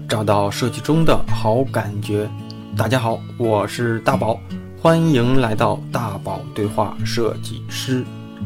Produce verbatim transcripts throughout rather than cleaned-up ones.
找到设计中的好感觉。大家好，我是大宝，欢迎来到大宝对话设计师。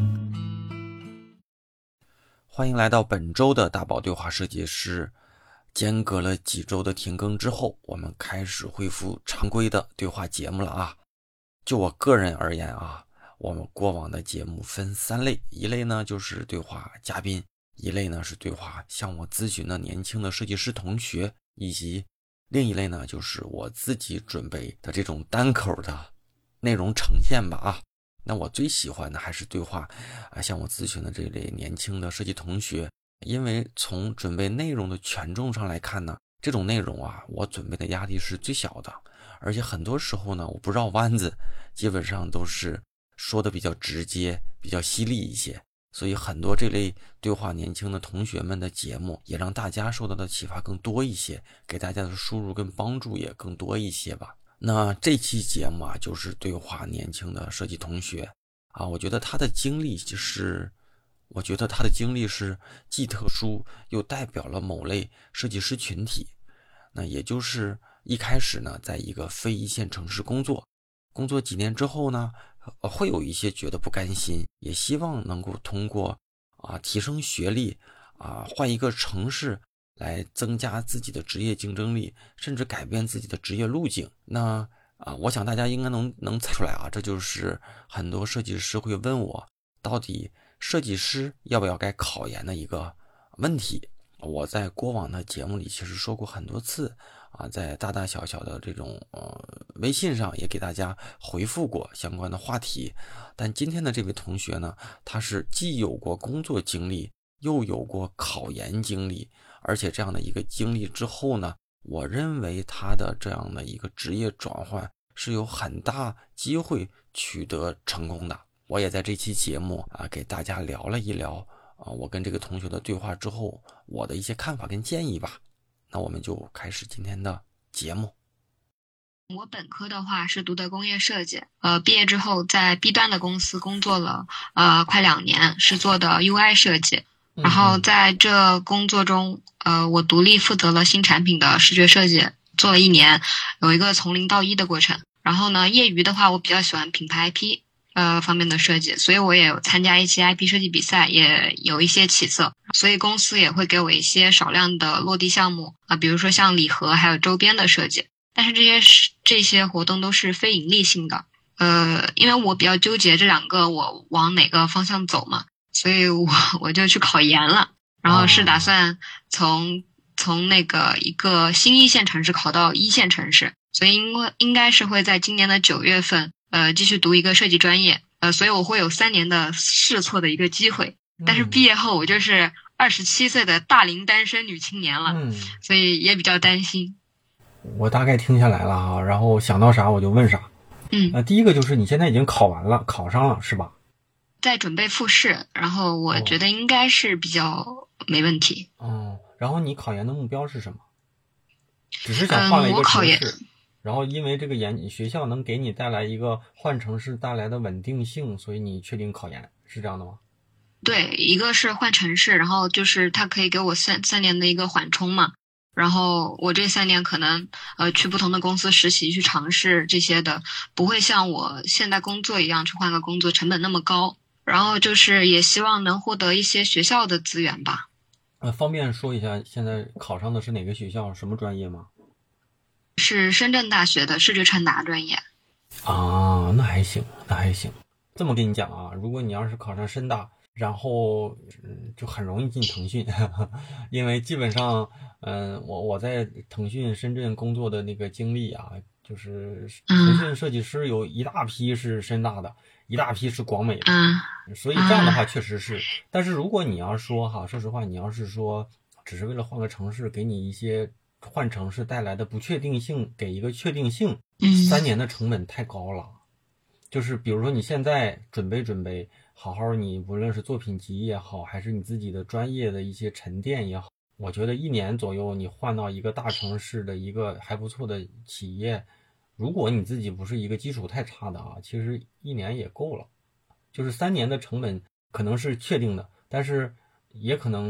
欢迎来到本周的大宝对话设计师。间隔了几周的停更之后，我们开始恢复常规的对话节目了啊。就我个人而言啊，我们过往的节目分三类，一类呢就是对话嘉宾，一类呢是对话向我咨询的年轻的设计师同学，以及另一类呢就是我自己准备的这种单口的内容呈现吧啊。那我最喜欢的还是对话啊向我咨询的这类年轻的设计同学，因为从准备内容的权重上来看呢，这种内容啊我准备的压力是最小的，而且很多时候呢我不绕弯子，基本上都是说的比较直接，比较犀利一些，所以很多这类对话年轻的同学们的节目也让大家受到的启发更多一些，给大家的输入跟帮助也更多一些吧。那这期节目啊就是对话年轻的设计同学啊，我觉得他的经历就是我觉得他的经历是既特殊又代表了某类设计师群体。那也就是一开始呢在一个非一线城市工作，工作几年之后呢会有一些觉得不甘心，也希望能够通过啊提升学历啊换一个城市来增加自己的职业竞争力，甚至改变自己的职业路径。那啊我想大家应该能能猜出来啊，这就是很多设计师会问我，到底设计师要不要该考研的一个问题。我在过往的节目里其实说过很多次啊，在大大小小的这种呃微信上也给大家回复过相关的话题。但今天的这位同学呢，他是既有过工作经历，又有过考研经历，而且这样的一个经历之后呢，我认为他的这样的一个职业转换是有很大机会取得成功的。我也在这期节目啊给大家聊了一聊啊，我跟这个同学的对话之后，我的一些看法跟建议吧。那我们就开始今天的节目。 我本科的话是读的工业设计，呃，毕业之后在 B 端的公司工作了呃快两年，是做的 U I 设计。然后在这工作中，呃，我独立负责了新产品的视觉设计，做了一年，有一个从零到一的过程。然后呢，业余的话，我比较喜欢品牌 I P。呃方面的设计，所以我也有参加一些 I P 设计比赛，也有一些起色，所以公司也会给我一些少量的落地项目啊、呃，比如说像礼盒还有周边的设计，但是这些这些活动都是非盈利性的。呃，因为我比较纠结这两个我往哪个方向走嘛，所以我我就去考研了，然后是打算从从那个一个新一线城市考到一线城市，所以应该应该是会在今年的九月份。呃，继续读一个设计专业，呃，所以我会有三年的试错的一个机会。但是毕业后我就是二十七岁的大龄单身女青年了，嗯，所以也比较担心。 我大概听下来了哈，然后想到啥我就问啥。 嗯， 呃，第一个就是你现在已经考完了，考上了是吧？ 在准备复试，然后我觉得应该是比较没问题。 哦，然后你考研的目标是什么？只是想换了一个城市。嗯，然后因为这个研学校能给你带来一个换城市带来的稳定性，所以你确定考研，是这样的吗？ 对，一个是换城市，然后就是它可以给我三三年的一个缓冲嘛，然后我这三年可能呃去不同的公司实习，去尝试这些的，不会像我现在工作一样去换个工作成本那么高，然后就是也希望能获得一些学校的资源吧。 呃，方便说一下现在考上的是哪个学校，什么专业吗？ 是深圳大学的视觉传达专业。 啊，那还行，那还行。这么跟你讲啊，如果你要是考上深大，然后嗯，就很容易进腾讯，呵呵，因为基本上，嗯、呃，我我在腾讯深圳工作的那个经历啊，就是腾讯设计师有一大批是深大的，一大批是广美的， 嗯， 所以这样的话确实是。但是如果你要说哈，说实话，你要是说只是为了换个城市，给你一些换城市带来的不确定性，给一个确定性，三年的成本太高了。就是比如说你现在准备准备好好，你无论是作品集也好，还是你自己的专业的一些沉淀也好，我觉得一年左右你换到一个大城市的一个还不错的企业，如果你自己不是一个基础太差的啊，其实一年也够了。就是三年的成本可能是确定的，但是也可能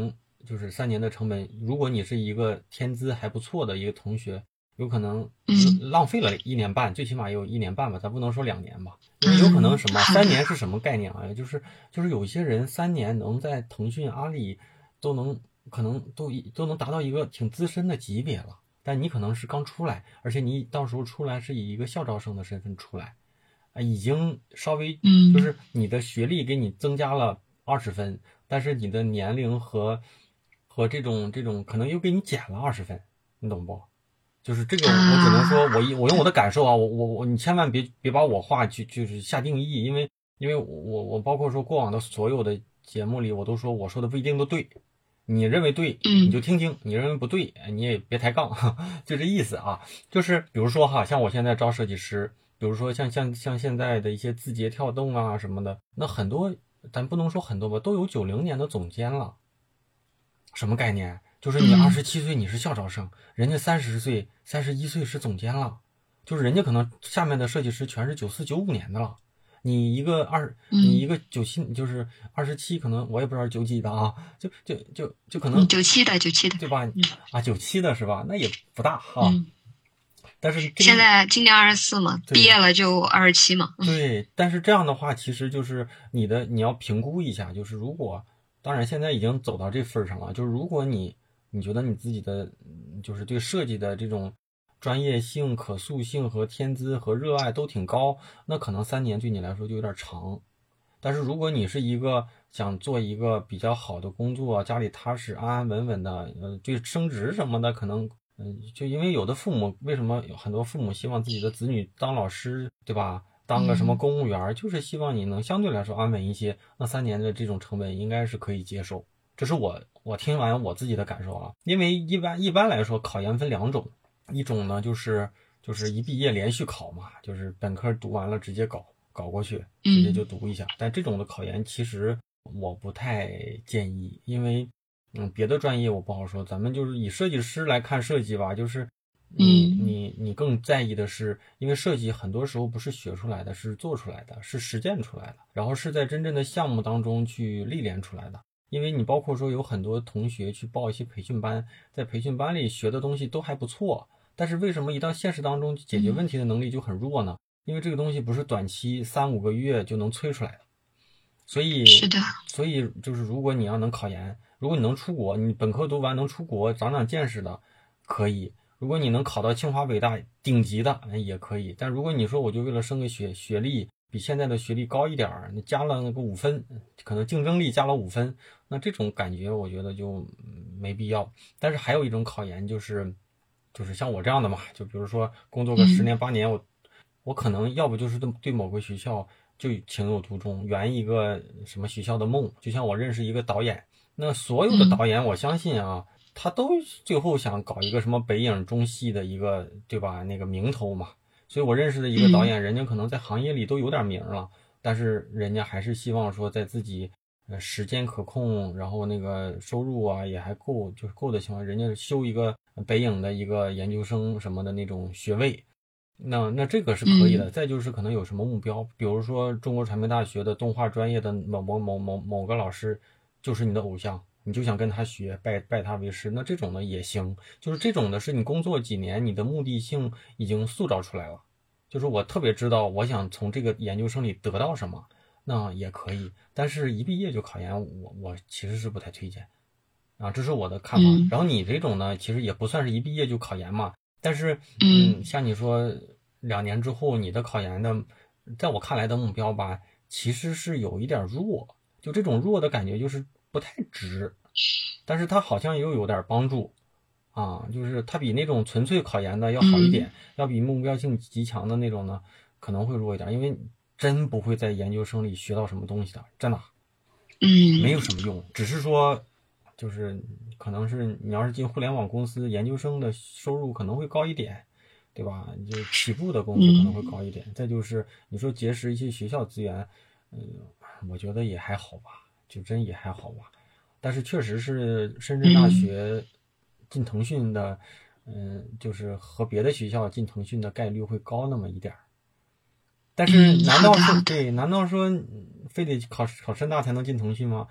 就是三年的成本，如果你是一个天资还不错的一个同学，有可能浪费了一年半，最起码也有一年半吧，咱不能说两年吧，因为有可能什么三年是什么概念啊？就是就是有些人三年能在腾讯、阿里都能可能都都能达到一个挺资深的级别了，但你可能是刚出来，而且你到时候出来是以一个校招生的身份出来，啊，已经稍微就是你的学历给你增加了二十分，但是你的年龄和和这种这种可能又给你减了二十分，你懂不？就是这个，我只能说我我用我的感受啊，我我我你千万别别把我话就就是下定义，因为因为我我包括说过往的所有的节目里，我都说我说的不一定都对，你认为对你就听听，你认为不对你也别抬杠，就这意思啊。就是比如说哈，像我现在招设计师，比如说像像像现在的一些字节跳动啊什么的，那很多咱不能说很多吧，都有九零年的总监了，什么概念？就是你二十七岁你是校招生，人家三十岁、三十一岁是总监了，就是人家可能下面的设计师全是九四九五年的了，你一个二，你一个九七，就是二十七，可能我也不知道九几的啊，就就就就可能九七的九七的， 对吧？啊，九七的是吧？那也不大哈。 嗯、 但是现在今年二十四嘛，毕业了就二十七嘛。 对，但是这样的话，其实就是你的你要评估一下，就是如果当然现在已经走到这份上了，就是如果你。你觉得你自己的就是对设计的这种专业性、可塑性和天资和热爱都挺高，那可能三年对你来说就有点长。但是如果你是一个想做一个比较好的工作，家里踏实、安安稳稳的，呃，对升职什么的，可能，嗯、呃，就因为有的父母为什么有很多父母希望自己的子女当老师，对吧？当个什么公务员，嗯、就是希望你能相对来说安稳一些。那三年的这种成本应该是可以接受。这是我我听完我自己的感受啊，因为一般一般来说考研分两种，一种呢就是就是一毕业连续考嘛，就是本科读完了直接搞搞过去，直接就读一下。嗯、但这种的考研其实我不太建议，因为嗯别的专业我不好说，咱们就是以设计师来看设计吧，就是你你你更在意的是，因为设计很多时候不是学出来的，是做出来的，是实践出来的，然后是在真正的项目当中去历练出来的。因为你包括说有很多同学去报一些培训班，在培训班里学的东西都还不错，但是为什么一到现实当中解决问题的能力就很弱呢？因为这个东西不是短期三五个月就能催出来的，所以是的， 所以就是如果你要能考研，如果你能出国，你本科读完能出国长长见识的可以，如果你能考到清华北大顶级的也可以，但如果你说我就为了升个学学历比现在的学历高一点儿，你加了那个五分，可能竞争力加了五分，那这种感觉我觉得就没必要。但是还有一种考研就是，就是像我这样的嘛，就比如说工作个十年八年，我我可能要不就是对某个学校就情有独钟，圆一个什么学校的梦。就像我认识一个导演，那所有的导演我相信啊，他都最后想搞一个什么北影中戏的一个，对吧？那个名头嘛。所以我认识的一个导演，人家可能在行业里都有点名了，但是人家还是希望说在自己呃时间可控，然后那个收入啊也还够，就是够的情况，人家修一个北影的一个研究生什么的那种学位，那那这个是可以的。再就是可能有什么目标，比如说中国传媒大学的动画专业的某某某某某个老师就是你的偶像，你就想跟他学，拜拜他为师，那这种的也行。就是这种的是你工作几年，你的目的性已经塑造出来了。就是我特别知道我想从这个研究生里得到什么，那也可以。但是一毕业就考研，我我其实是不太推荐啊，这是我的看法。嗯、然后你这种呢，其实也不算是一毕业就考研嘛。但是嗯，像你说两年之后你的考研的，在我看来的目标吧，其实是有一点弱，就这种弱的感觉就是不太值，但是它好像又有点帮助。啊，就是它比那种纯粹考研的要好一点，嗯、要比目标性极强的那种呢可能会弱一点，因为真不会在研究生里学到什么东西的，真的， 嗯， 没有什么用，只是说，就是可能是你要是进互联网公司，研究生的收入可能会高一点，对吧？就起步的工资可能会高一点。嗯、再就是你说结识一些学校资源，嗯，我觉得也还好吧，就真也还好吧。但是确实是深圳大学。嗯进腾讯的，嗯，就是和别的学校进腾讯的概率会高那么一点儿。但是难道说、嗯、对？难道说非得考考深大才能进腾讯吗？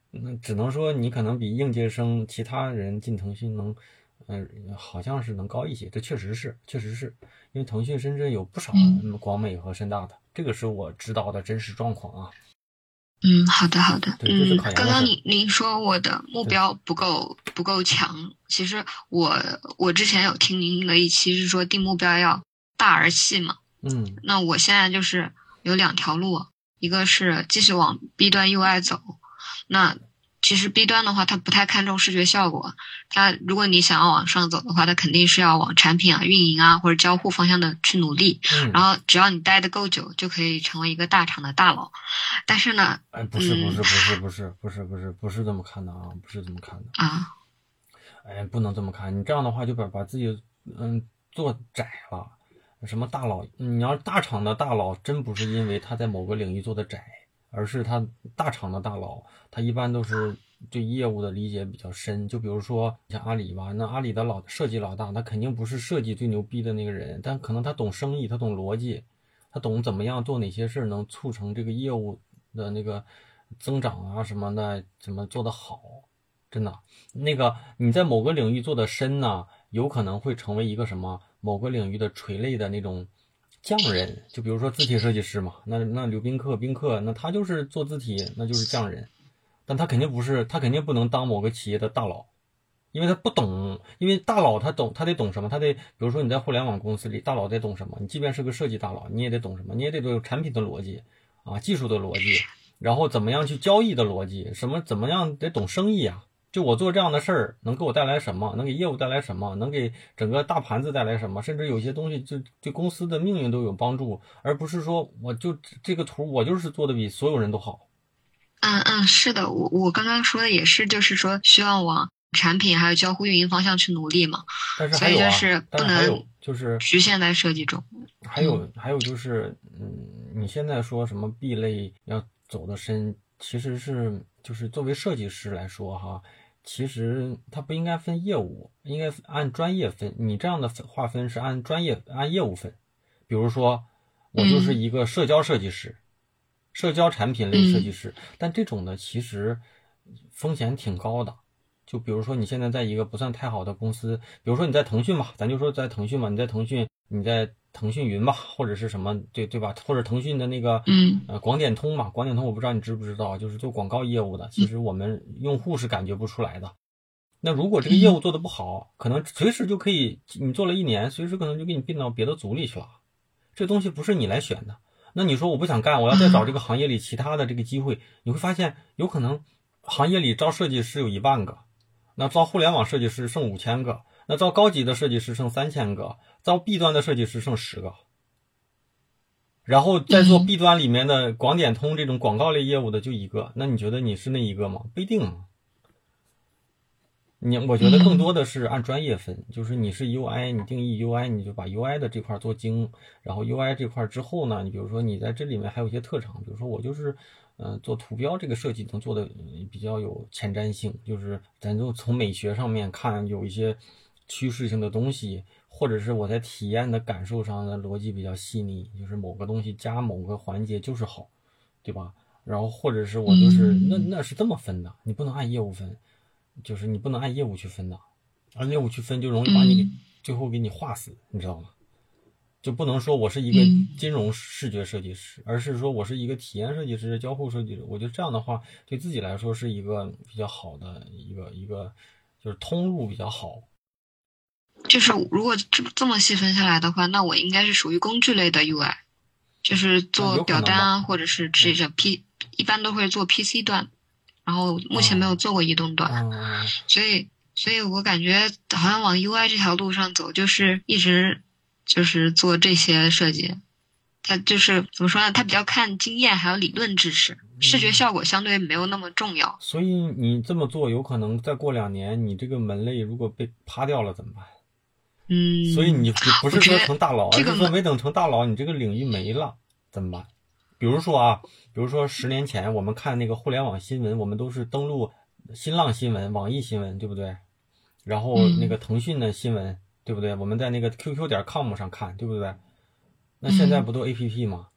那只能说你可能比应届生其他人进腾讯能，嗯、呃，好像是能高一些，这确实是，确实是因为腾讯深圳有不少广美和深大的，嗯、这个是我知道的真实状况啊。 嗯，好的好的。 嗯， 刚刚您您说我的目标不够不够强，其实我我之前有听您的一期是说定目标要大而细嘛。 嗯， 那我现在就是有两条路，一个是继续往 B 端 U I 走，那其实 B 端的话它不太看重视觉效果，它如果你想要往上走的话，它肯定是要往产品啊、运营啊或者交互方向的去努力， 嗯、 然后只要你待得够久就可以成为一个大厂的大佬。但是呢， 哎，不是不是不是不是不是不是不是这么看的啊，不是这么看的啊， 哎，不能这么看，你这样的话就把把自己嗯做窄了。什么大佬，你要是大厂的大佬，真不是因为他在某个领域做的窄，而是他大厂的大佬，他一般都是对业务的理解比较深。就比如说像阿里吧，那阿里的老设计老大，他肯定不是设计最牛逼的那个人，但可能他懂生意，他懂逻辑，他懂怎么样做哪些事能促成这个业务的那个增长啊什么的，怎么做得好。真的，那个你在某个领域做的深呢，有可能会成为一个什么某个领域的垂类的那种匠人。就比如说字体设计师嘛，那那刘宾客宾客，那他就是做字体，那就是匠人，但他肯定不是，他肯定不能当某个企业的大佬，因为他不懂。因为大佬他懂，他得懂什么？他得，比如说你在互联网公司里，大佬得懂什么？你即便是个设计大佬，你也得懂什么？你也得有产品的逻辑啊，技术的逻辑，然后怎么样去交易的逻辑，什么怎么样得懂生意啊。就我做这样的事儿能给我带来什么，能给业务带来什么，能给整个大盘子带来什么，甚至有些东西就对公司的命运都有帮助，而不是说我就这个图我就是做的比所有人都好。 嗯嗯，是的，我我刚刚说的也是，就是说需要往产品还有交互运营方向去努力嘛。 但是还有、啊、 所以就是不能就是局限在设计中。 还有、嗯、还有就是嗯，你现在说什么 B 类要走得深，其实是就是作为设计师来说哈，其实它不应该分业务，应该按专业分。你这样的划分是按专业按业务分。比如说我就是一个社交设计师、嗯、社交产品类设计师、嗯、但这种的其实风险挺高的。就比如说你现在在一个不算太好的公司，比如说你在腾讯吧，咱就说在腾讯嘛，你在腾讯你在腾讯云吧，或者是什么，对对吧？或者腾讯的那个嗯呃广点通嘛，广点通我不知道你知不知道，就是做广告业务的，其实我们用户是感觉不出来的。那如果这个业务做得不好，可能随时就可以，你做了一年，随时可能就给你并到别的组里去了。这东西不是你来选的。那你说我不想干，我要再找这个行业里其他的这个机会，你会发现有可能行业里招设计师有一万个，那招互联网设计师剩五千个，那招高级的设计师剩三千个，招 B 端的设计师剩十个，然后再做 B 端里面的广点通这种广告类业务的就一个。那你觉得你是那一个吗？不一定啊。你我觉得更多的是按专业分，就是你是 U I， 你定义 U I， 你就把 U I 的这块做精，然后 U I 这块之后呢，你比如说你在这里面还有一些特长，比如说我就是呃做图标这个设计能做的比较有前瞻性，就是咱就从美学上面看有一些趋势性的东西，或者是我在体验的感受上的逻辑比较细腻，就是某个东西加某个环节就是好，对吧？然后或者是我就是那那是这么分的，你不能按业务分。就是你不能按业务去分的，按业务去分就容易把你给、嗯、最后给你划死，你知道吗？就不能说我是一个金融视觉设计师、嗯、而是说我是一个体验设计师、交互设计师。我觉得这样的话对自己来说是一个比较好的一个一个就是通路比较好。 就是如果这么细分下来的话，那我应该是属于工具类的 U I， 就是做表单啊，或者是这种 P、嗯、一般都会做 P C 端。然后目前没有做过移动端、 嗯、 所以所以我感觉好像往 U I 这条路上走，就是一直就是做这些设计。它就是怎么说呢，它比较看经验还有理论知识，视觉效果相对没有那么重要。 所以你这么做有可能再过两年你这个门类如果被趴掉了怎么办？ 嗯， 所以你不是说成大佬，而是说没等成大佬你这个领域没了怎么办？比如说啊，比如说十年前我们看那个互联网新闻，我们都是登录新浪新闻、网易新闻，对不对？然后那个腾讯的新闻、嗯、对不对？我们在那个 Q Q 点 com 上看，对不对？那现在不都 A P P 吗？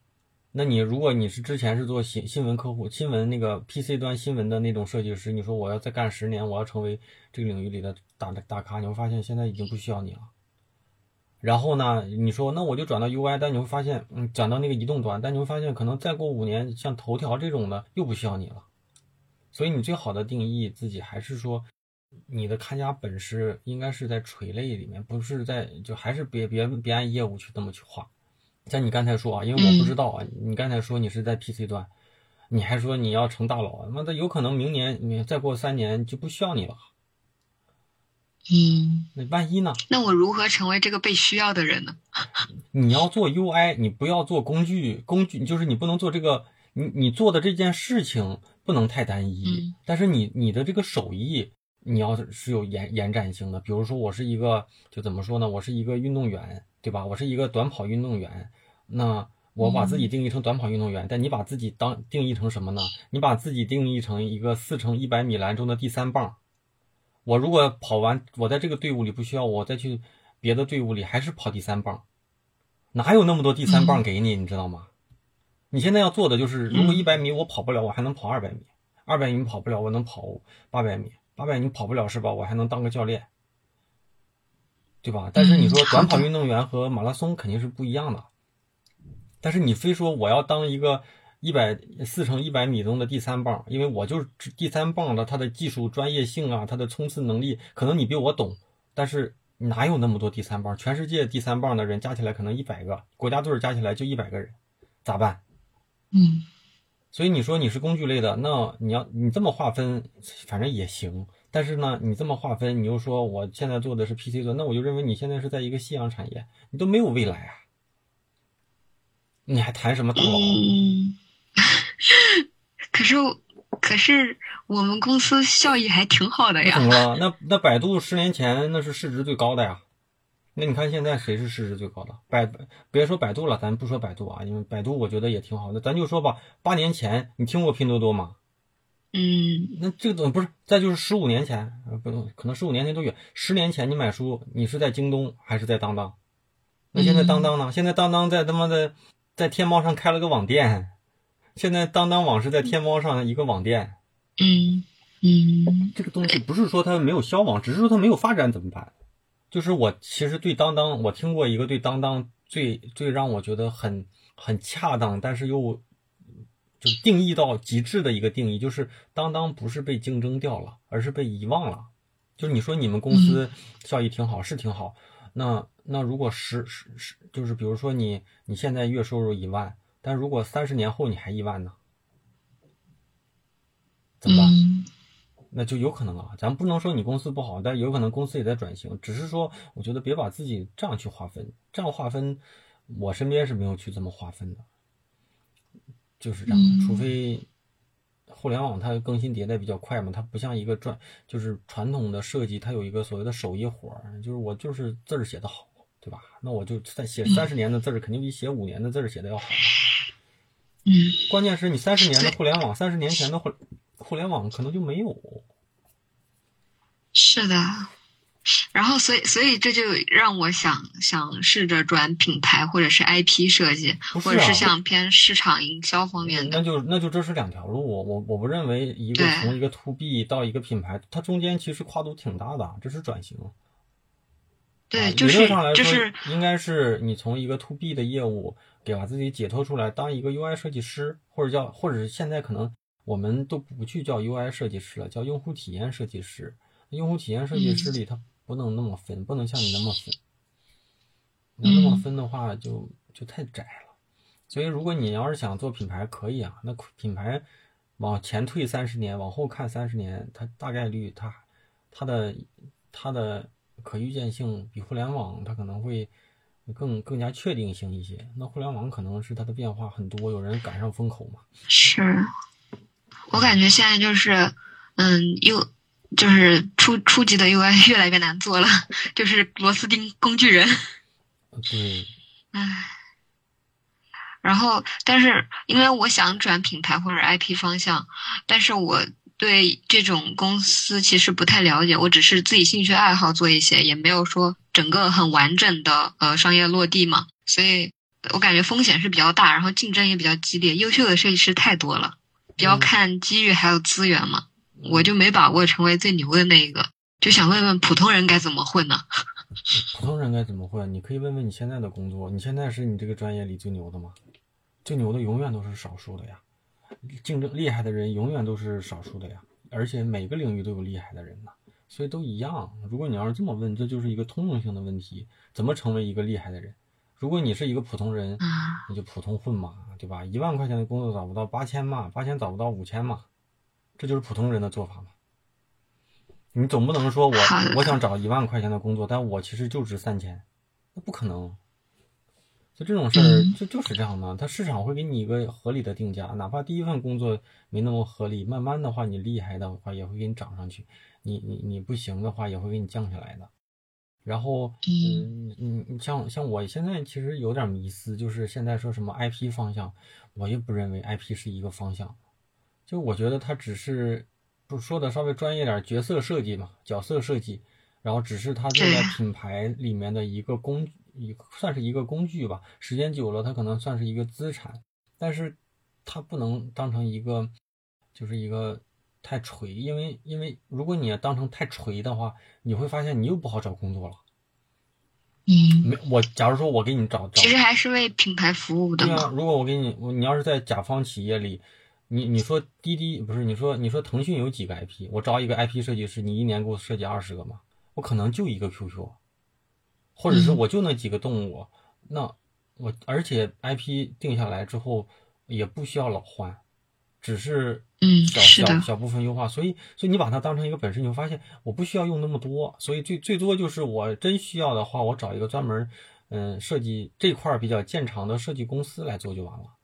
那你如果你是之前是做新新闻客户、新闻那个 P C 端新闻的那种设计师，你说我要再干十年，我要成为这个领域里的大大咖，你会发现现在已经不需要你了。然后呢，你说那我就转到 U I， 但你会发现，嗯，转到那个移动端，但你会发现可能再过五年，像头条这种的又不需要你了。所以你最好的定义自己还是说，你的看家本事应该是在垂类里面，不是在就还是别别别按业务去这么去画。像你刚才说啊，因为我不知道啊，嗯、你刚才说你是在 P C 端，你还说你要成大佬，那他有可能明年你再过三年就不需要你了。 嗯， 那万一呢？ 那我如何成为这个被需要的人呢？ 你要做 U I， 你不要做工具，工具就是你不能做这个，你你做的这件事情不能太单一， 嗯、 但是你你的这个手艺你要是有延延展性的，比如说我是一个就怎么说呢，我是一个运动员，对吧？我是一个短跑运动员，那我把自己定义成短跑运动员，嗯、但你把自己当定义成什么呢？你把自己定义成一个四乘一百米栏中的第三棒。我如果跑完，我在这个队伍里不需要我再去别的队伍里还是跑第三棒，哪有那么多第三棒给你，嗯、你知道吗？你现在要做的就是，如果一百米我跑不了，我还能跑二百米，二百米跑不了，我能跑八百米，八百米跑不了是吧？我还能当个教练，对吧？但是你说短跑运动员和马拉松肯定是不一样的，但是你非说我要当一个一百四乘一百米中的第三棒，因为我就是第三棒的，他的技术专业性啊，他的冲刺能力，可能你比我懂，但是哪有那么多第三棒？全世界第三棒的人加起来可能一百个，国家队加起来就一百个人，咋办？ 嗯， 所以你说你是工具类的，那你要你这么划分，反正也行。但是呢，你这么划分，你又说我现在做的是 P C 端，那我就认为你现在是在一个夕阳产业，你都没有未来啊，你还谈什么大佬？ 嗯可是，可是我们公司效益还挺好的呀。 怎么了？那那百度十年前那是市值最高的呀。那你看现在谁是市值最高的？百别说百度了，咱不说百度啊，因为百度我觉得也挺好的。咱就说吧，八年前你听过拼多多吗？ 嗯， 那这个不是，再就是十五年前，不可能十五年前都远。十年前你买书，你是在京东还是在当当？那现在当当呢？嗯、现在当当在他妈的在天猫上开了个网店。现在当当网是在天猫上一个网店， 嗯嗯， 这个东西不是说它没有消亡，只是说它没有发展怎么办？就是我其实对当当，我听过一个对当当最最让我觉得很很恰当，但是又就是定义到极致的一个定义，就是当当不是被竞争掉了，而是被遗忘了。就是你说你们公司效益挺好，是挺好，那那如果十十十，就是比如说你你现在月收入一万。但如果三十年后你还一万呢，怎么办？ 嗯、 那就有可能啊，咱不能说你公司不好，但有可能公司也在转型。只是说，我觉得别把自己这样去划分，这样划分，我身边是没有去这么划分的，就是这样。 嗯、 除非互联网它更新迭代比较快嘛，它不像一个专，就是传统的设计，它有一个所谓的手艺活，就是我就是字儿写得好，对吧？那我就在写三十年的字儿，肯定比写五年的字儿写得要好嘛。 嗯， 关键是你三十年的互联网，三十年前的互互联网可能就没有。 是的，然后所以所以这就让我想想试着转品牌或者是 I P 设计， 啊、 或者是像偏市场营销方面的。 那就那就这是两条路，我我不认为一个从一个 to B 到一个品牌，它中间其实跨度挺大的，这是转型。 对， 啊、 就是理论上来说， 就是应该是你从一个 to B 的业务。给把自己解脱出来，当一个 U I 设计师，或者叫，或者是现在可能我们都不去叫 U I 设计师了，叫用户体验设计师。用户体验设计师里，它不能那么分，不能像你那么分。你要那么分的话就，就就太窄了。所以，如果你要是想做品牌，可以啊。那品牌往前退三十年，往后看三十年，它大概率它它的它的可预见性比互联网它可能会。更更加确定性一些，那互联网可能是它的变化很多，有人赶上风口嘛。 是，我感觉现在就是，嗯，又就是初初级的 U I 越来越难做了，就是螺丝钉工具人。 对。 唉，然后但是因为我想转品牌或者 I P 方向，但是我对这种公司其实不太了解，我只是自己兴趣爱好做一些，也没有说整个很完整的呃商业落地嘛，所以我感觉风险是比较大，然后竞争也比较激烈，优秀的设计师太多了，比较看机遇还有资源嘛。嗯、我就没把握成为最牛的那一个，就想问问普通人该怎么混呢？ 普通人该怎么混？你可以问问你现在的工作，你现在是你这个专业里最牛的吗？最牛的永远都是少数的呀，竞争厉害的人永远都是少数的呀，而且每个领域都有厉害的人呢，所以都一样。如果你要是这么问，这就是一个通用性的问题，怎么成为一个厉害的人？如果你是一个普通人，你就普通混嘛，对吧？一万块钱的工作找不到八千嘛，八千找不到五千嘛，这就是普通人的做法嘛。你总不能说我我想找一万块钱的工作，但我其实就值三千，那不可能。就这种事儿就就是这样的，它市场会给你一个合理的定价，哪怕第一份工作没那么合理，慢慢的话你厉害的话也会给你涨上去，你你你不行的话也会给你降下来的。然后嗯嗯，像像我现在其实有点迷思，就是现在说什么 I P 方向，我也不认为 I P 是一个方向，就我觉得它只是不说的稍微专业点，角色设计嘛，角色设计，然后只是它这个品牌里面的一个工具，一算是一个工具吧，时间久了它可能算是一个资产，但是它不能当成一个就是一个太垂，因为因为如果你当成太垂的话，你会发现你又不好找工作了。 嗯， 没我假如说我给你找找， 其实还是为品牌服务的嘛。 对啊，如果我给你，你要是在甲方企业里，你你说滴滴不是，你说你说腾讯有几个 I P， 我招一个 I P 设计师，你一年给我设计二十个吗？我可能就一个 Q Q， 或者是我就那几个动物，嗯、那我而且 I P 定下来之后也不需要老换，只是小嗯小小部分优化，所以所以你把它当成一个本事，你会发现我不需要用那么多，所以最最多就是我真需要的话，我找一个专门嗯设计这块比较见长的设计公司来做就完了。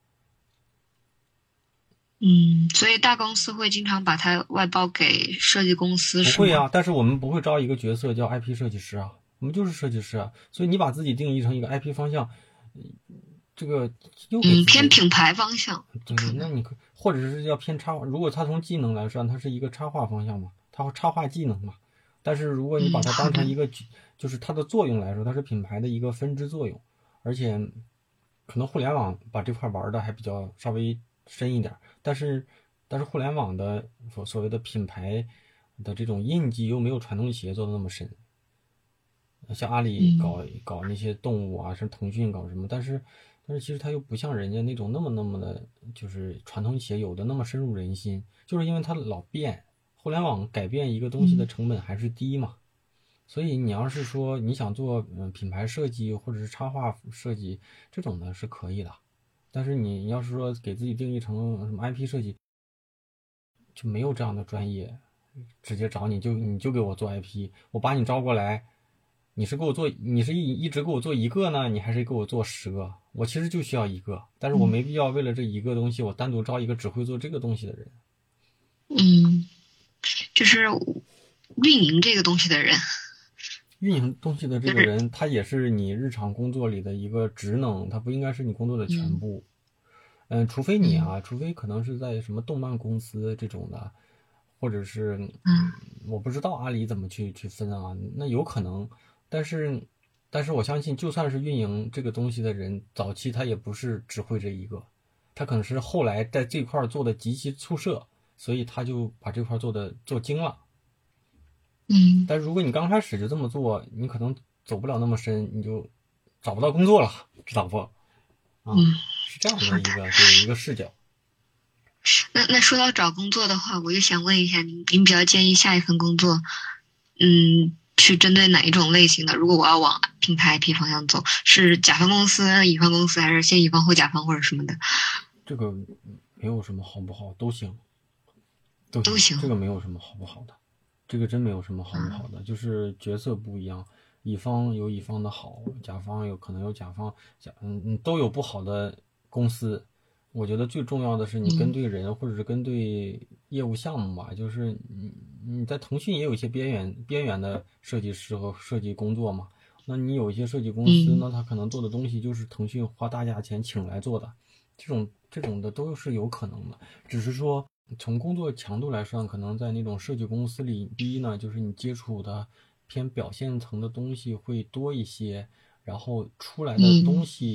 嗯，所以大公司会经常把它外包给设计公司， 不会啊，但是我们不会招一个角色叫 I P 设计师啊，我们就是设计师啊，所以你把自己定义成一个 I P 方向，这个又给嗯偏品牌方向， 对，那你或者是要偏插画，如果它从技能来说，它是一个插画方向嘛，它插画技能嘛，但是如果你把它当成一个、嗯、就是它的作用来说，它是品牌的一个分支作用，而且可能互联网把这块玩的还比较稍微深一点，但是但是互联网的所所谓的品牌的这种印记又没有传统企业做的那么深，像阿里搞、嗯、搞那些动物啊，是腾讯搞什么，但是但是其实它又不像人家那种那么那么的，就是传统企业有的那么深入人心，就是因为它老变，互联网改变一个东西的成本还是低嘛，嗯、所以你要是说你想做嗯品牌设计或者是插画设计这种的是可以的。但是你要是说给自己定义成什么 I P 设计，就没有这样的专业，直接找你就你就给我做 I P， 我把你招过来，你是给我做，你是一一直给我做一个呢，你还是给我做十个？我其实就需要一个，但是我没必要为了这一个东西，我单独招一个只会做这个东西的人。 嗯，就是运营这个东西的人。 运营东西的这个人，他也是你日常工作里的一个职能，他不应该是你工作的全部。嗯，除非你啊，除非可能是在什么动漫公司这种的，或者是嗯，我不知道阿里怎么去去分啊，那有可能。但是，但是我相信，就算是运营这个东西的人，早期他也不是只会这一个，他可能是后来在这块做的极其出色，所以他就把这块做的做精了。 嗯， 但如果你刚开始就这么做，你可能走不了那么深，你就找不到工作了，知道不？啊， 嗯， 是这样的一个对一个视角。 那那说到找工作的话，我就想问一下您，您比较建议下一份工作，嗯，是针对哪一种类型的？如果我要往品牌 I P 方向走，是甲方公司、乙方公司，还是先乙方后甲方或者什么的？ 这个没有什么好不好，都行，都行， 都行， 这个没有什么好不好的。这个真没有什么好不好的，嗯、就是角色不一样，乙方有乙方的好，甲方有可能有甲方，甲嗯嗯都有不好的公司。我觉得最重要的是你跟对人，嗯、或者是跟对业务项目吧。就是你你在腾讯也有一些边缘边缘的设计师和设计工作嘛。那你有一些设计公司呢，他可能做的东西就是腾讯花大价钱请来做的，这种这种的都是有可能的，只是说。从工作强度来说，可能在那种设计公司里，第一呢，就是你接触的偏表现层的东西会多一些，然后出来的东西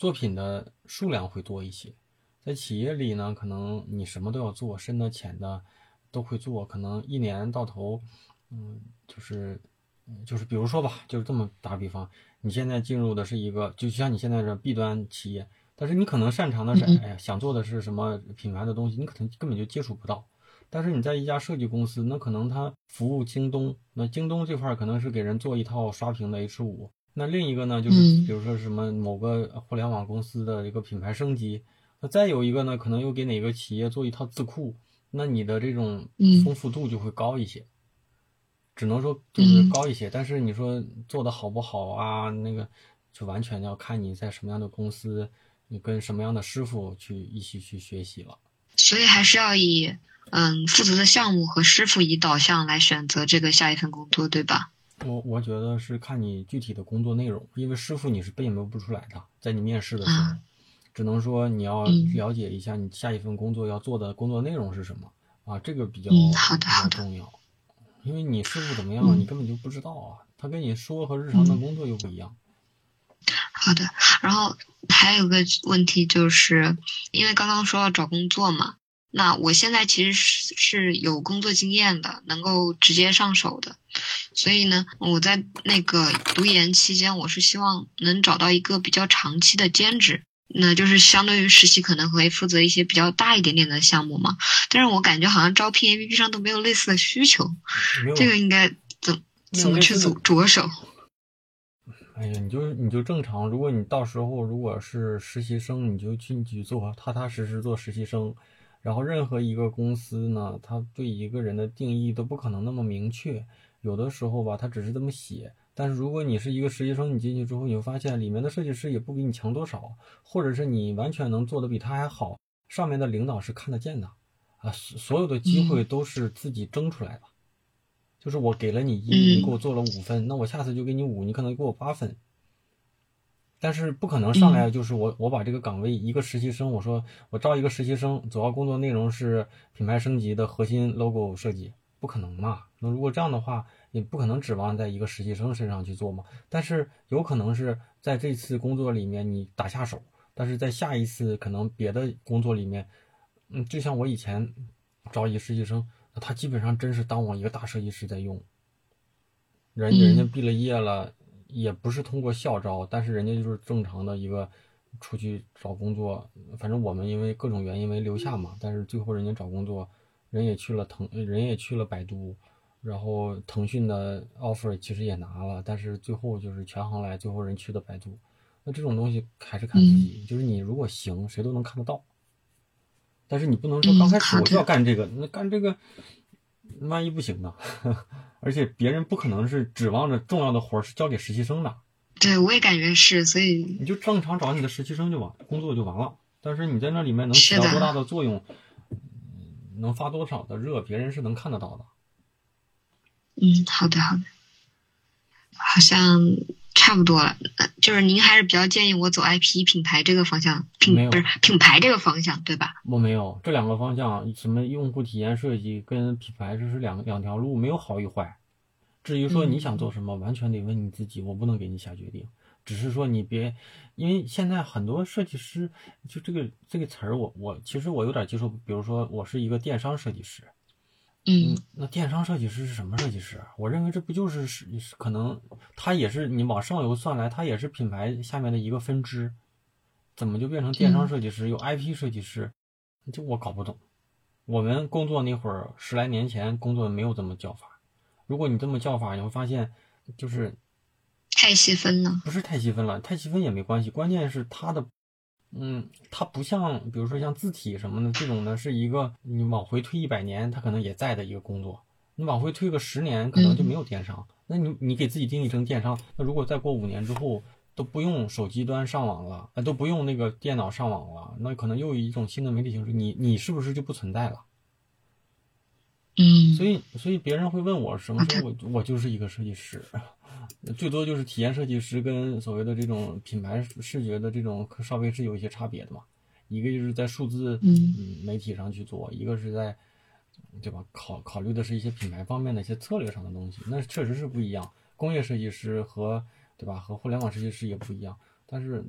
作品的数量会多一些。在企业里呢，可能你什么都要做，深的浅的都会做，可能一年到头，嗯，就是就是比如说吧，就是这么打比方，你现在进入的是一个，就像你现在的 B 端企业，但是你可能擅长的是，哎呀，想做的是什么品牌的东西，你可能根本就接触不到。但是你在一家设计公司，那可能它服务京东，那京东这块可能是给人做一套刷屏的 H 五，那另一个呢，就是比如说什么某个互联网公司的一个品牌升级，那再有一个呢，可能又给哪个企业做一套字库，那你的这种丰富度就会高一些。嗯，只能说就是高一些，嗯，但是你说做的好不好啊，那个就完全要看你在什么样的公司，你跟什么样的师傅去一起去学习了。 所以还是要以嗯负责的项目和师傅以导向来选择这个下一份工作，对吧？ 我我觉得是看你具体的工作内容，因为师傅你是辨别不出来的，在你面试的时候，啊，只能说你要了解一下你下一份工作要做的工作内容是什么啊，这个比较嗯好的好的比较重要。因为你师傅怎么样，嗯，你根本就不知道啊，他跟你说和日常的工作又不一样。 好的，然后还有个问题就是，因为刚刚说要找工作嘛，那我现在其实是是有工作经验的，能够直接上手的，所以呢，我在那个读研期间，我是希望能找到一个比较长期的兼职。那就是相对于实习可能会负责一些比较大一点点的项目嘛，但是我感觉好像招聘 A P P 上都没有类似的需求，这个应该怎怎么去着着手？ 哎呀，你就你就正常，如果你到时候如果是实习生，你就去去做，踏踏实实做实习生。然后任何一个公司呢，他对一个人的定义都不可能那么明确，有的时候吧，他只是这么写。但是如果你是一个实习生，你进去之后，你会发现里面的设计师也不比你强多少，或者是你完全能做得比他还好，上面的领导是看得见的啊，所有的机会都是自己争出来的。嗯，就是我给了你一，你给我做了五分，那我下次就给你五，你可能给我八分。但是不可能上来就是我我把这个岗位一个实习生，我说我招一个实习生，主要工作内容是品牌升级的核心 logo 设计，不可能嘛？那如果这样的话，也不可能指望在一个实习生身上去做嘛。但是有可能是在这次工作里面你打下手，但是在下一次可能别的工作里面，嗯，就像我以前招一个实习生，他基本上真是当我一个大设计师在用，人人家毕了业了。也不是通过校招，但是人家就是正常的一个出去找工作，反正我们因为各种原因没留下嘛，但是最后人家找工作，人也去了腾，人也去了百度，然后腾讯的 offer 其实也拿了，但是最后就是全行来，最后人去的百度。那这种东西还是看自己，嗯，就是你如果行，谁都能看得到，但是你不能说刚开始我就要干这个，嗯，那干这个万一不行呢？而且别人不可能是指望着重要的活是交给实习生的。 对，我也感觉是，所以你就正常找你的实习生就完，工作就完了。但是你在那里面能起到多大的作用，能发多少的热，别人是能看得到的。 嗯，好的好的，好像差不多了。就是您还是比较建议我走 I P 品牌这个方向，品不是品牌这个方向，对吧？ 我没有，这两个方向，什么用户体验设计跟品牌这是两两条路，没有好与坏。至于说你想做什么，嗯，完全得问你自己，我不能给你下决定。只是说你别，因为现在很多设计师，就这个这个词儿，我我其实我有点接受。比如说我是一个电商设计师，嗯，那电商设计师是什么设计师？我认为这不就是是可能他也是你往上游算来，他也是品牌下面的一个分支，怎么就变成电商设计师，有 I P 设计师？就我搞不懂。我们工作那会儿十来年前工作没有这么叫法。如果你这么叫法，你会发现就是太细分了。 不是太细分了，太细分也没关系，关键是它的嗯，它不像比如说像字体什么的这种呢，是一个你往回推一百年它可能也在的一个工作，你往回推个十年可能就没有电商，嗯，那你你给自己定义成电商，那如果再过五年之后都不用手机端上网了，呃，都不用那个电脑上网了，那可能又有一种新的媒体形式，你你是不是就不存在了？ 嗯， 所以所以别人会问我什么时候我我就是一个设计师，最多就是体验设计师跟所谓的这种品牌视觉的这种稍微是有一些差别的嘛。一个就是在数字嗯媒体上去做，一个是在对吧考考虑的是一些品牌方面的一些策略上的东西，那确实是不一样。工业设计师和对吧和互联网设计师也不一样，但是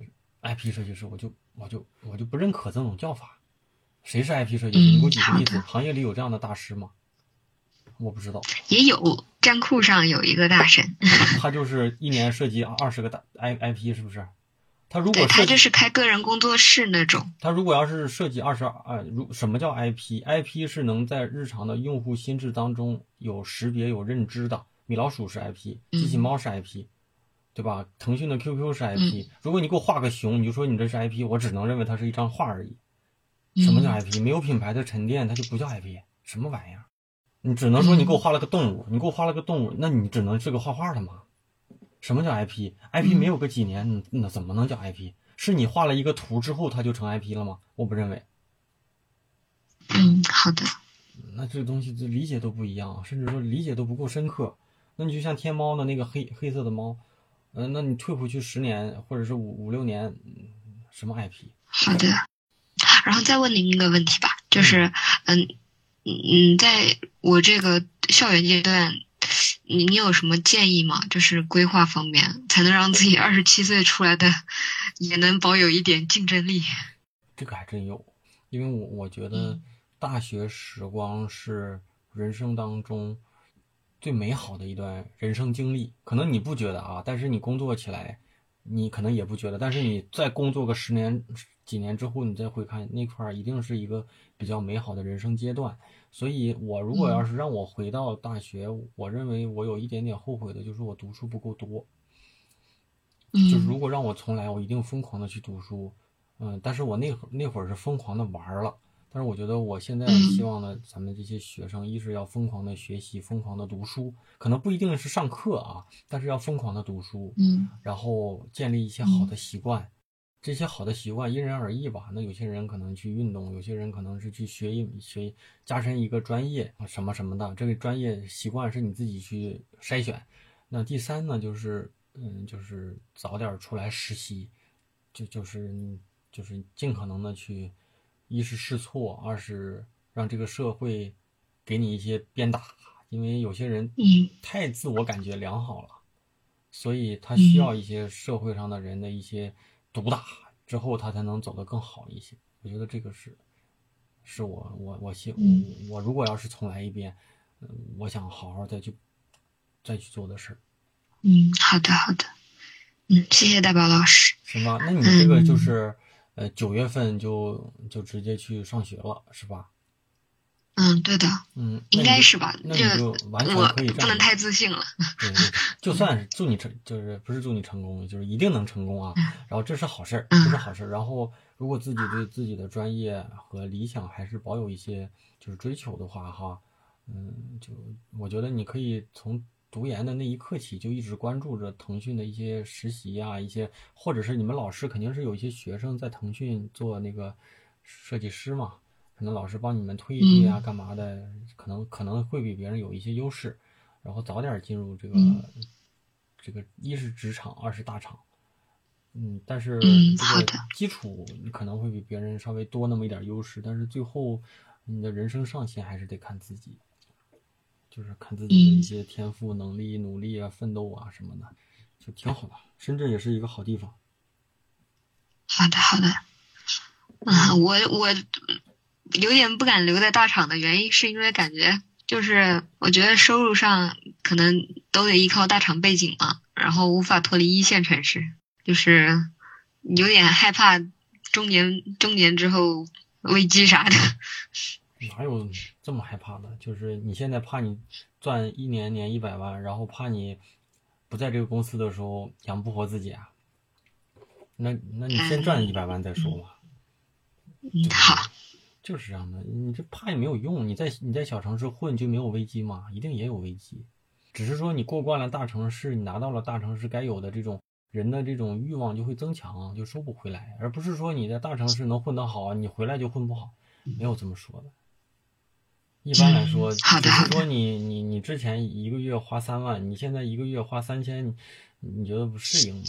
I P 设计师，我就我就我就不认可这种叫法。谁是 I P 设计师？你给我举个例子，行业里有这样的大师吗？我不知道。 也有，站酷上有一个大神， 他就是一年设计二十个大 I I P， 是不是？他如果对，他就是开个人工作室那种。 他如果要是设计二十二，如什么叫 I P？I P 是能在日常的用户心智当中有识别、有认知的。米老鼠是 I P， 机器猫是 I P，、嗯、对吧？腾讯的 Q Q 是 I P、嗯。如果你给我画个熊，你就说你这是 I P， 我只能认为它是一张画而已。什么叫 I P？、嗯、没有品牌的沉淀，它就不叫 I P。什么玩意儿？你只能说你给我画了个动物，嗯、你给我画了个动物，那你只能是个画画的嘛？什么叫 I P？I P 没有个几年，嗯、那怎么能叫 I P？是你画了一个图之后，它就成 I P 了吗？我不认为。 嗯，好的。 那这个东西这理解都不一样，甚至说理解都不够深刻。那你就像天猫的那个黑黑色的猫，嗯、呃，那你退回去十年或者是五五六年，什么 I P？ 好的。然后再问您一个问题吧，就是嗯嗯，在我这个校园阶段。你你有什么建议吗？就是规划方面，才能让自己二十七岁出来的也能保有一点竞争力。 这个还真有，因为我我觉得大学时光是人生当中最美好的一段人生经历。可能你不觉得啊，但是你工作起来，你可能也不觉得。但是你再工作个十年、几年之后，你再回看那块，一定是一个比较美好的人生阶段。所以我如果要是让我回到大学、嗯、我认为我有一点点后悔的就是我读书不够多。 嗯， 就是如果让我重来，我一定疯狂的去读书。嗯，但是我那会那会儿是疯狂的玩了。但是我觉得我现在希望呢，咱们这些学生一是要疯狂的学习，疯狂的读书，可能不一定是上课啊，但是要疯狂的读书。 嗯， 然后建立一些好的习惯。这些好的习惯因人而异吧，那有些人可能去运动，有些人可能是去学一学加深一个专业什么什么的，这个专业习惯是你自己去筛选。那第三呢，就是嗯，就是早点出来实习，就就是就是尽可能的去，一是试错，二是让这个社会给你一些鞭打，因为有些人太自我感觉良好了，所以他需要一些社会上的人的一些毒打之后，他才能走得更好一些。我觉得这个是，是我我我希我我如果要是重来一遍，嗯，我想好好再去再去做的事。 嗯，好的好的，嗯，谢谢大宝老师。 行吧，那你这个就是、嗯、呃九月份就就直接去上学了，是吧？ 嗯，对的， 嗯， 应该是吧？ 那你就完全可以这样， 我不能太自信了。 对对，就算是祝你成，就是不是祝你成功，就是一定能成功啊。然后这是好事儿，这是好事儿。然后如果自己对自己的专业和理想还是保有一些就是追求的话，哈，嗯，就我觉得你可以从读研的那一刻起就一直关注着腾讯的一些实习啊，一些或者是你们老师肯定是有一些学生在腾讯做那个设计师嘛。可能老师帮你们推一推啊，干嘛的？可能可能会比别人有一些优势，然后早点进入这个、嗯、这个一是职场，二是大厂。嗯，但是这个基础你可能会比别人稍微多那么一点优势，但是最后你的人生上限还是得看自己，就是看自己的一些天赋、能力、努力啊、奋斗啊什么的，就挺好的。深圳也是一个好地方。 好的，好的。嗯，我我。有点不敢留在大厂的原因是因为感觉就是我觉得收入上可能都得依靠大厂背景嘛，然后无法脱离一线城市，就是有点害怕中年中年之后危机啥的。 哪有这么害怕的？就是你现在怕你赚一年年一百万，然后怕你不在这个公司的时候养不活自己啊？那那你先赚一百万再说嘛。 嗯，好。 就是这样的，你这怕也没有用。你在你在小城市混就没有危机吗？一定也有危机，只是说你过惯了大城市，你拿到了大城市该有的这种人的这种欲望就会增强，就收不回来。而不是说你在大城市能混得好，你回来就混不好，没有这么说的。一般来说，只是说你你你之前一个月花三万，你现在一个月花三千，你你觉得不适应吗？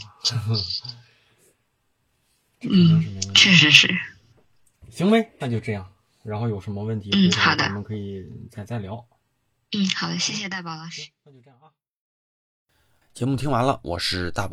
这肯定是没问题。 确实是。 行呗，那就这样。然后有什么问题， 嗯，好的， 咱们可以再再聊。 嗯，好的，谢谢大宝老师。 那就这样啊。 节目听完了，我是大宝。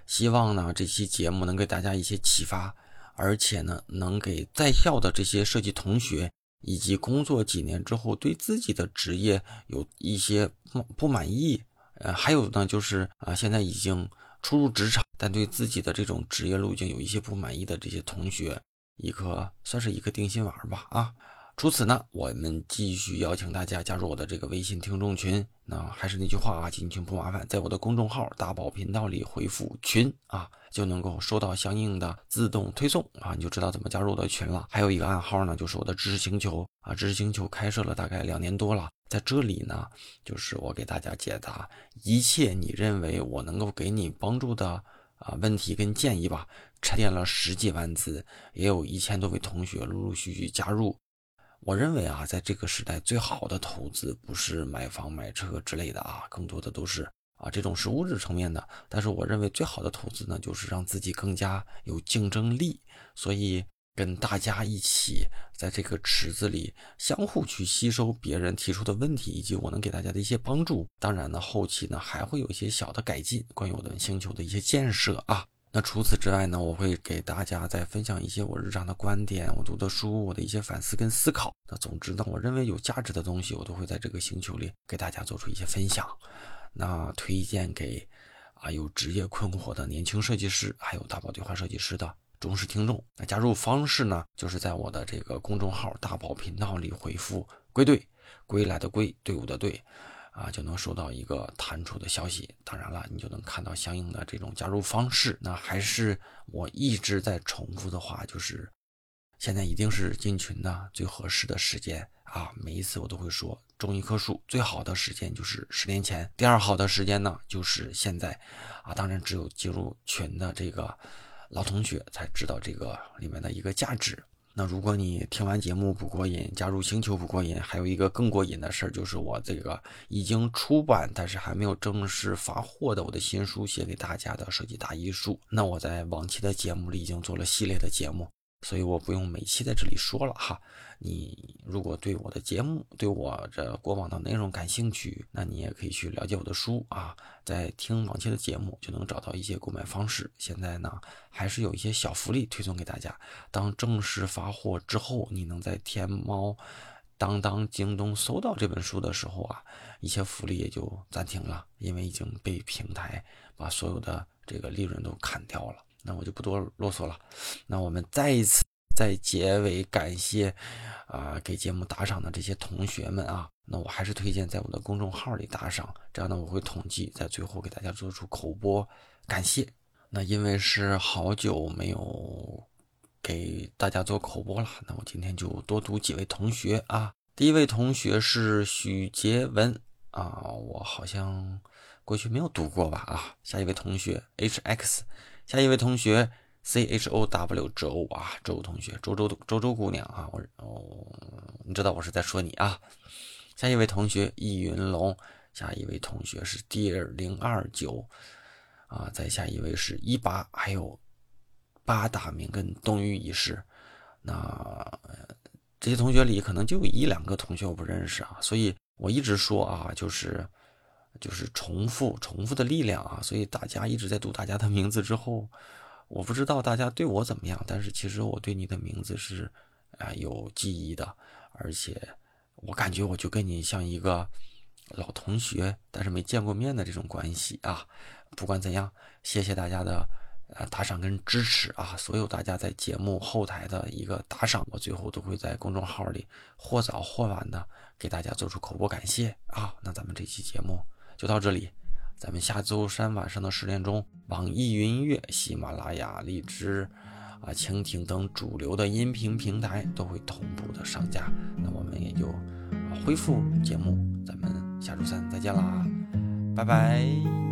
希望呢这期节目能给大家一些启发，而且呢能给在校的这些设计同学以及工作几年之后对自己的职业有一些不满意，呃，还有呢就是啊现在已经初入职场但对自己的这种职业路径有一些不满意的这些同学，一个算是一个定心丸吧啊。除此呢，我们继续邀请大家加入我的这个微信听众群。那还是那句话啊，进群不麻烦，在我的公众号大宝频道里回复群啊，就能够收到相应的自动推送啊，你就知道怎么加入我的群了。还有一个暗号呢，就是我的知识星球啊，知识星球开设了大概两年多了，在这里呢，就是我给大家解答一切你认为我能够给你帮助的啊问题跟建议吧。沉淀了十几万字，也有一千多位同学陆陆续续加入。我认为啊，在这个时代最好的投资不是买房买车之类的啊，更多的都是啊这种是物质层面的。但是我认为最好的投资呢，就是让自己更加有竞争力。所以跟大家一起在这个池子里相互去吸收别人提出的问题，以及我能给大家的一些帮助。当然呢，后期呢还会有一些小的改进，关于我的星球的一些建设啊。那除此之外呢，我会给大家再分享一些我日常的观点，我读的书，我的一些反思跟思考。那总之呢，我认为有价值的东西，我都会在这个星球里给大家做出一些分享。那推荐给啊有职业困惑的年轻设计师，还有大宝对话设计师的忠实听众。那加入方式呢，就是在我的这个公众号大宝频道里回复归队，归来的归，队伍的队啊，就能收到一个弹出的消息。当然了，你就能看到相应的这种加入方式。那还是我一直在重复的话，就是现在一定是进群的最合适的时间啊！每一次我都会说，种一棵树最好的时间就是十年前，第二好的时间呢就是现在啊！当然，只有进入群的这个老同学才知道这个里面的一个价值。那如果你听完节目不过瘾，加入星球不过瘾，还有一个更过瘾的事儿，就是我这个已经出版但是还没有正式发货的我的新书写给大家的设计大艺术。那我在往期的节目里已经做了系列的节目，所以我不用每期在这里说了哈。你如果对我的节目，对我这过往的内容感兴趣，那你也可以去了解我的书啊，在听往期的节目就能找到一些购买方式。现在呢，还是有一些小福利推送给大家。当正式发货之后，你能在天猫、当当、京东搜到这本书的时候啊，一些福利也就暂停了，因为已经被平台把所有的这个利润都砍掉了。那我就不多啰嗦了。那我们再一次在结尾感谢啊、呃、给节目打赏的这些同学们啊。那我还是推荐在我的公众号里打赏，这样呢我会统计在最后给大家做出口播感谢。那因为是好久没有给大家做口播了，那我今天就多读几位同学啊。第一位同学是许杰文啊，我好像过去没有读过吧啊。下一位同学 H X， 下一位同学 C H O W 周啊，周同学，周周周周姑娘啊，我哦，你知道我是在说你啊。下一位同学易云龙，下一位同学是 Dear 零二九啊，再下一位是一八，还有八大名跟东隅一世。那、呃、这些同学里可能就有一两个同学我不认识啊，所以我一直说啊，就是就是重复重复的力量啊，所以大家一直在读大家的名字之后，我不知道大家对我怎么样，但是其实我对你的名字是啊、呃、有记忆的，而且我感觉我就跟你像一个老同学，但是没见过面的这种关系啊。不管怎样，谢谢大家的呃打赏跟支持啊！所有大家在节目后台的一个打赏，我最后都会在公众号里或早或晚的给大家做出口播感谢啊！那咱们这期节目就到这里，咱们下周三晚上的十点钟，网易云音乐、喜马拉雅、荔枝啊、蜻蜓等主流的音频平台都会同步的上架。那我们也就恢复节目，咱们下周三再见啦，拜拜。